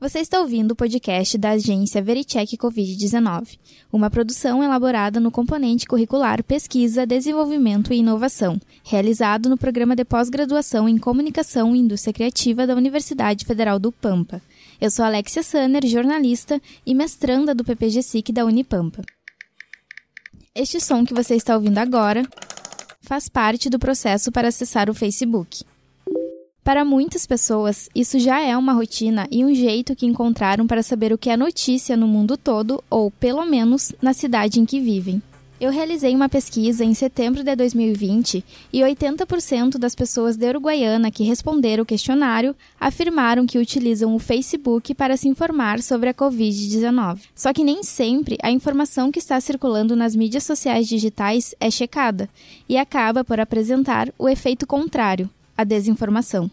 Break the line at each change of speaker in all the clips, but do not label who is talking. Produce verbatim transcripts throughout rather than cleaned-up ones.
Você está ouvindo o podcast da agência Vericheck covid dezenove, uma produção elaborada no componente curricular Pesquisa, Desenvolvimento e Inovação, realizado no programa de pós-graduação em Comunicação e Indústria Criativa da Universidade Federal do Pampa. Eu sou Alexia Sanner, jornalista e mestranda do P P G S I C da Unipampa. Este som que você está ouvindo agora faz parte do processo para acessar o Facebook. Para muitas pessoas, isso já é uma rotina e um jeito que encontraram para saber o que é notícia no mundo todo, ou, pelo menos, na cidade em que vivem. Eu realizei uma pesquisa em setembro de dois mil e vinte e oitenta por cento das pessoas de Uruguaiana que responderam o questionário afirmaram que utilizam o Facebook para se informar sobre a covid dezenove. Só que nem sempre a informação que está circulando nas mídias sociais digitais é checada e acaba por apresentar o efeito contrário, a desinformação.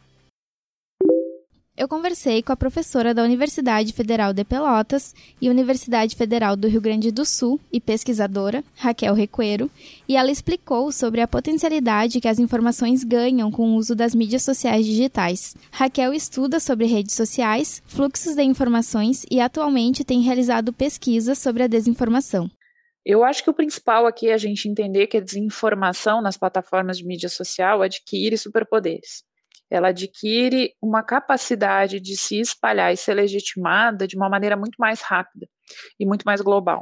Eu conversei com a professora da Universidade Federal de Pelotas e Universidade Federal do Rio Grande do Sul e pesquisadora, Raquel Recuero, e ela explicou sobre a potencialidade que as informações ganham com o uso das mídias sociais digitais. Raquel estuda sobre redes sociais, fluxos de informações e atualmente tem realizado pesquisas sobre a desinformação.
Eu acho que o principal aqui é a gente entender que a desinformação nas plataformas de mídia social adquire superpoderes. Ela adquire uma capacidade de se espalhar e ser legitimada de uma maneira muito mais rápida e muito mais global.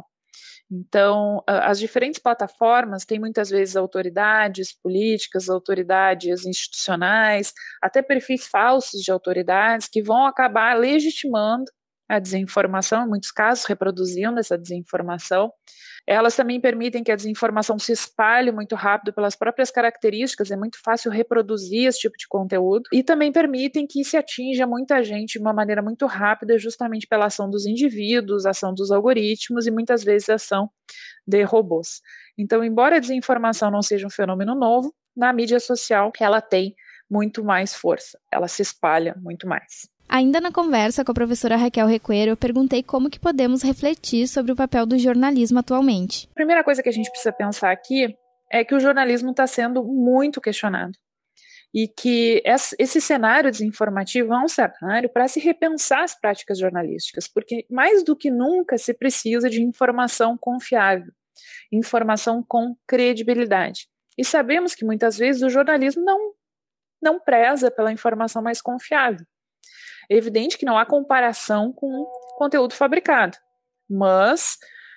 Então, as diferentes plataformas têm muitas vezes autoridades políticas, autoridades institucionais, até perfis falsos de autoridades que vão acabar legitimando a desinformação, em muitos casos reproduzindo essa desinformação. Elas também permitem que a desinformação se espalhe muito rápido pelas próprias características, é muito fácil reproduzir esse tipo de conteúdo, e também permitem que se atinja muita gente de uma maneira muito rápida, justamente pela ação dos indivíduos, ação dos algoritmos e muitas vezes a ação de robôs. Então, embora a desinformação não seja um fenômeno novo, na mídia social ela tem muito mais força, ela se espalha muito mais.
Ainda na conversa com a professora Raquel Recuero, eu perguntei como que podemos refletir sobre o papel do jornalismo atualmente.
A primeira coisa que a gente precisa pensar aqui é que o jornalismo está sendo muito questionado e que esse cenário desinformativo é um cenário para se repensar as práticas jornalísticas, porque mais do que nunca se precisa de informação confiável, informação com credibilidade. E sabemos que muitas vezes o jornalismo não, não preza pela informação mais confiável. É evidente que não há comparação com conteúdo fabricado, mas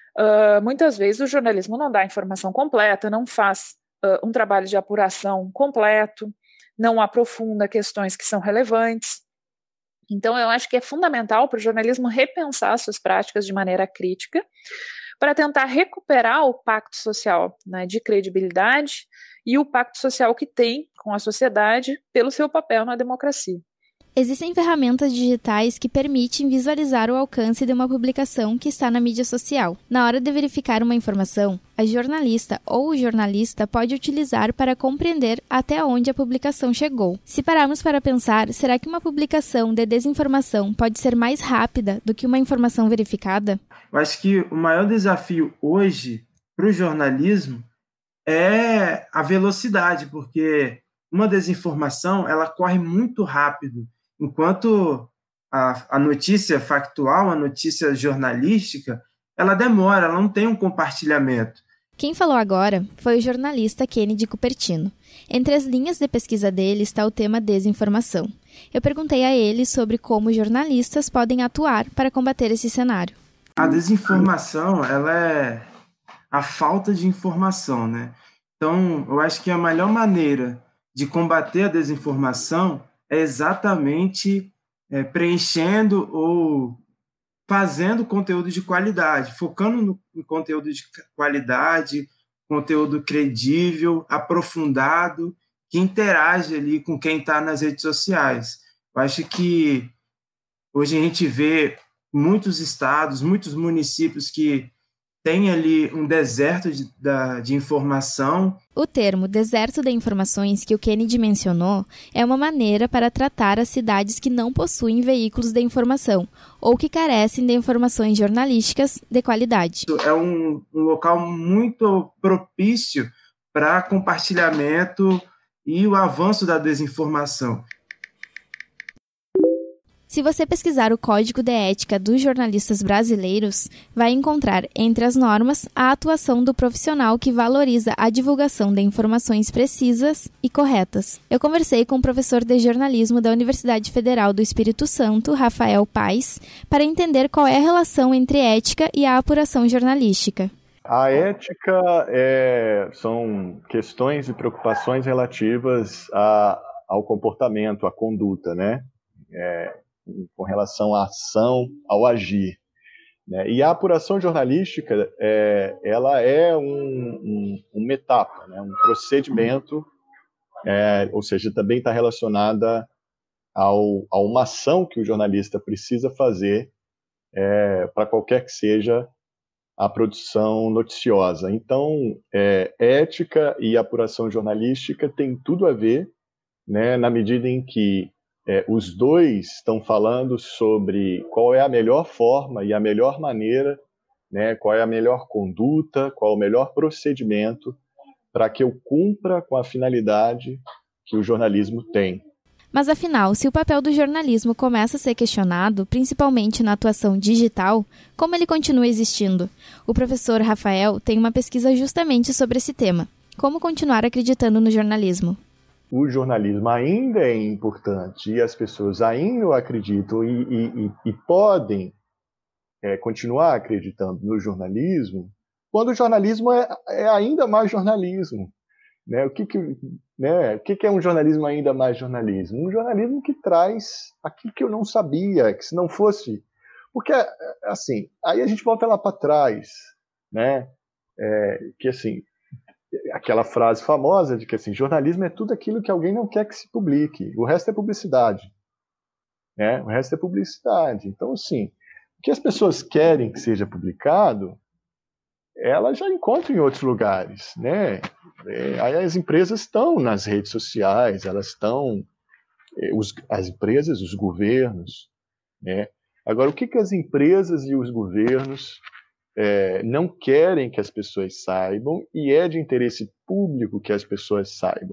uh, muitas vezes o jornalismo não dá a informação completa, não faz uh, um trabalho de apuração completo, não aprofunda questões que são relevantes. Então, eu acho que é fundamental para o jornalismo repensar suas práticas de maneira crítica para tentar recuperar o pacto social, né, de credibilidade e o pacto social que tem com a sociedade pelo seu papel na democracia.
Existem ferramentas digitais que permitem visualizar o alcance de uma publicação que está na mídia social. Na hora de verificar uma informação, a jornalista ou o jornalista pode utilizar para compreender até onde a publicação chegou. Se pararmos para pensar, será que uma publicação de desinformação pode ser mais rápida do que uma informação verificada?
Eu acho que o maior desafio hoje para o jornalismo é a velocidade, porque uma desinformação ela corre muito rápido. Enquanto a, a notícia factual, a notícia jornalística, ela demora, ela não tem um compartilhamento.
Quem falou agora foi o jornalista Kennedy Cupertino. Entre as linhas de pesquisa dele está o tema desinformação. Eu perguntei a ele sobre como jornalistas podem atuar para combater esse cenário.
A desinformação, ela é a falta de informação, né? Então, eu acho que a melhor maneira de combater a desinformação é exatamente é, preenchendo ou fazendo conteúdo de qualidade, focando no, no conteúdo de qualidade, conteúdo credível, aprofundado, que interage ali com quem está nas redes sociais. Eu acho que hoje a gente vê muitos estados, muitos municípios que tem ali um deserto de, da, de informação.
O termo deserto de informações que o Kennedy mencionou é uma maneira para tratar as cidades que não possuem veículos de informação ou que carecem de informações jornalísticas de qualidade.
É um, um local muito propício para compartilhamento e o avanço da desinformação.
Se você pesquisar o Código de Ética dos Jornalistas Brasileiros, vai encontrar, entre as normas, a atuação do profissional que valoriza a divulgação de informações precisas e corretas. Eu conversei com o professor de jornalismo da Universidade Federal do Espírito Santo, Rafael Paes, para entender qual é a relação entre ética e a apuração jornalística.
A ética é, são questões e preocupações relativas a, ao comportamento, à conduta, né? É, com relação à ação, ao agir. Né? E a apuração jornalística, é, ela é um, um, uma etapa, né? Um procedimento, é, ou seja, também está relacionada ao, a uma ação que o jornalista precisa fazer é, para qualquer que seja a produção noticiosa. Então, é, ética e apuração jornalística tem tudo a ver, né, na medida em que É, os dois estão falando sobre qual é a melhor forma e a melhor maneira, né, qual é a melhor conduta, qual é o melhor procedimento para que eu cumpra com a finalidade que o jornalismo tem.
Mas afinal, se o papel do jornalismo começa a ser questionado, principalmente na atuação digital, como ele continua existindo? O professor Rafael tem uma pesquisa justamente sobre esse tema. Como continuar acreditando no jornalismo?
O jornalismo ainda é importante e as pessoas ainda acreditam e, e, e podem é, continuar acreditando no jornalismo, quando o jornalismo é, é ainda mais jornalismo. Né? O, que, que, né? o que, que é um jornalismo ainda mais jornalismo? Um jornalismo que traz aquilo que eu não sabia, que se não fosse... Porque, assim, aí a gente volta lá para trás, né? É, que assim... aquela frase famosa de que assim, jornalismo é tudo aquilo que alguém não quer que se publique, o resto é publicidade, né? O resto é publicidade. Então, assim, o que as pessoas querem que seja publicado, elas já encontram em outros lugares, né? É, aí as empresas estão nas redes sociais, elas estão, os, as empresas, os governos, né? Agora, o que, que as empresas e os governos É, não querem que as pessoas saibam e é de interesse público que as pessoas saibam,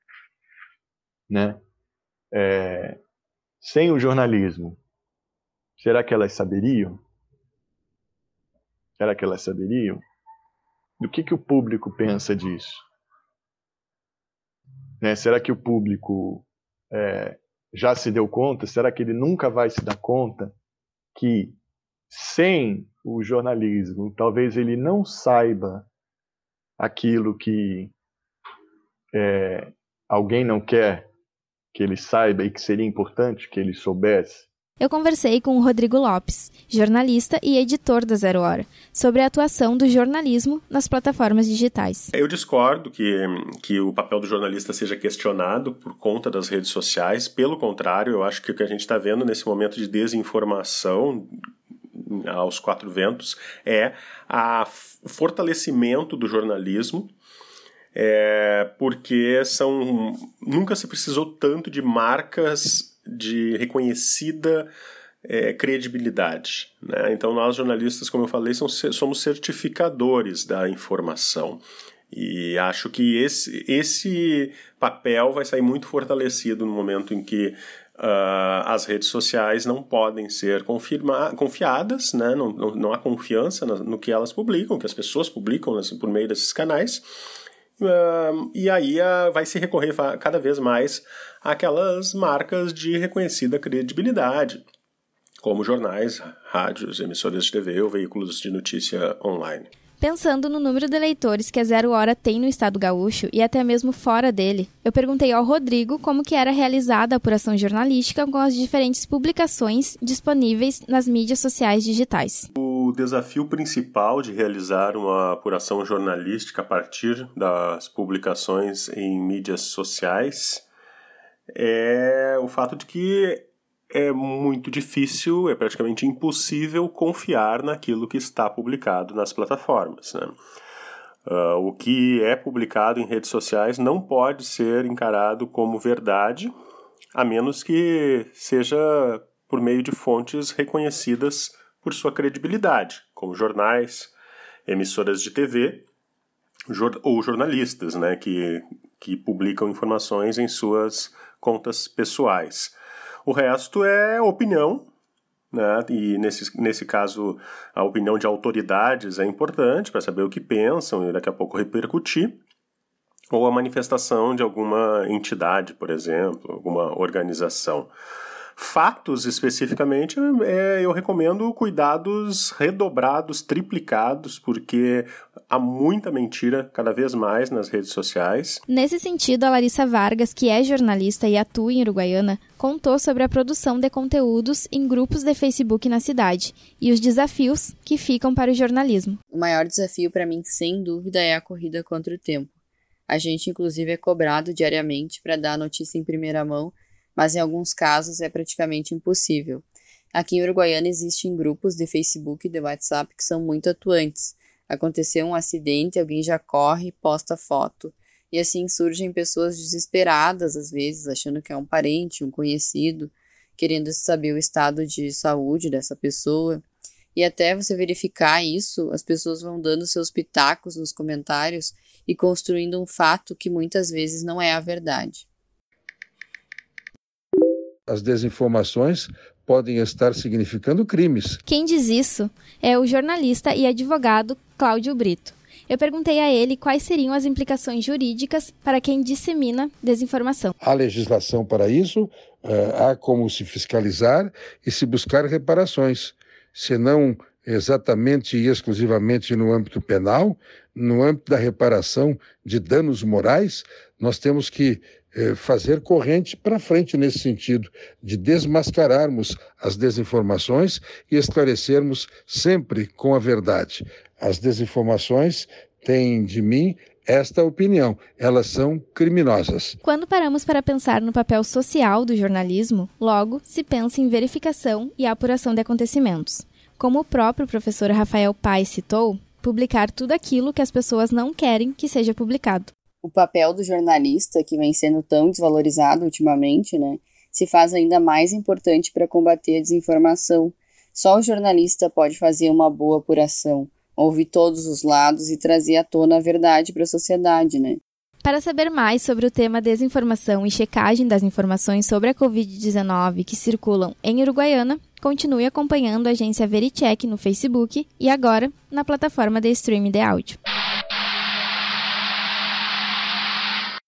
né? É, sem o jornalismo, será que elas saberiam? Será que elas saberiam? Do que, que o público pensa disso? Né? Será que o público é, já se deu conta? Será que ele nunca vai se dar conta que sem o jornalismo, talvez ele não saiba aquilo que é, alguém não quer que ele saiba e que seria importante que ele soubesse?
Eu conversei com o Rodrigo Lopes, jornalista e editor da Zero Hora, sobre a atuação do jornalismo nas plataformas digitais.
Eu discordo que, que o papel do jornalista seja questionado por conta das redes sociais. Pelo contrário, eu acho que o que a gente está vendo nesse momento de desinformação aos quatro ventos é a, o fortalecimento do jornalismo, é, porque são, nunca se precisou tanto de marcas de reconhecida é, credibilidade, né? Então nós jornalistas, como eu falei, são, somos certificadores da informação. E acho que esse, esse papel vai sair muito fortalecido no momento em que Uh, as redes sociais não podem ser confirma- confiadas, né? não, não, não há confiança no, no que elas publicam, que as pessoas publicam assim, por meio desses canais, uh, e aí uh, vai se recorrer cada vez mais àquelas marcas de reconhecida credibilidade, como jornais, rádios, emissoras de T V ou veículos de notícia online.
Pensando no número de leitores que a Zero Hora tem no estado gaúcho e até mesmo fora dele, eu perguntei ao Rodrigo como que era realizada a apuração jornalística com as diferentes publicações disponíveis nas mídias sociais digitais.
O desafio principal de realizar uma apuração jornalística a partir das publicações em mídias sociais é o fato de que é muito difícil, é praticamente impossível confiar naquilo que está publicado nas plataformas, né? Uh, o que é publicado em redes sociais não pode ser encarado como verdade, a menos que seja por meio de fontes reconhecidas por sua credibilidade, como jornais, emissoras de T V jor- ou jornalistas, né, que, que publicam informações em suas contas pessoais. O resto é opinião, né? E nesse, nesse caso a opinião de autoridades é importante para saber o que pensam e daqui a pouco repercutir, ou a manifestação de alguma entidade, por exemplo, alguma organização. Fatos, especificamente, é, eu recomendo cuidados redobrados, triplicados, porque há muita mentira cada vez mais nas redes sociais.
Nesse sentido, a Larissa Vargas, que é jornalista e atua em Uruguaiana, contou sobre a produção de conteúdos em grupos de Facebook na cidade e os desafios que ficam para o jornalismo.
O maior desafio para mim, sem dúvida, é a corrida contra o tempo. A gente, inclusive, é cobrado diariamente para dar a notícia em primeira mão, mas em alguns casos é praticamente impossível. Aqui em Uruguaiana existem grupos de Facebook e de WhatsApp que são muito atuantes. Aconteceu um acidente, alguém já corre, posta foto. E assim surgem pessoas desesperadas, às vezes, achando que é um parente, um conhecido, querendo saber o estado de saúde dessa pessoa. E até você verificar isso, as pessoas vão dando seus pitacos nos comentários e construindo um fato que muitas vezes não é a verdade.
As desinformações podem estar significando crimes.
Quem diz isso é o jornalista e advogado Cláudio Brito. Eu perguntei a ele quais seriam as implicações jurídicas para quem dissemina desinformação.
Há legislação para isso, há como se fiscalizar e se buscar reparações, se não exatamente e exclusivamente no âmbito penal, no âmbito da reparação de danos morais, nós temos que fazer corrente para frente nesse sentido, de desmascararmos as desinformações e esclarecermos sempre com a verdade. As desinformações têm de mim esta opinião, elas são criminosas.
Quando paramos para pensar no papel social do jornalismo, logo se pensa em verificação e apuração de acontecimentos. Como o próprio professor Rafael Paes citou, publicar tudo aquilo que as pessoas não querem que seja publicado.
O papel do jornalista, que vem sendo tão desvalorizado ultimamente, né, se faz ainda mais importante para combater a desinformação. Só o jornalista pode fazer uma boa apuração, ouvir todos os lados e trazer à tona a verdade para a sociedade, né?
Para saber mais sobre o tema desinformação e checagem das informações sobre a covid dezenove que circulam em Uruguaiana, continue acompanhando a agência Vericheck no Facebook e agora na plataforma de streaming de áudio.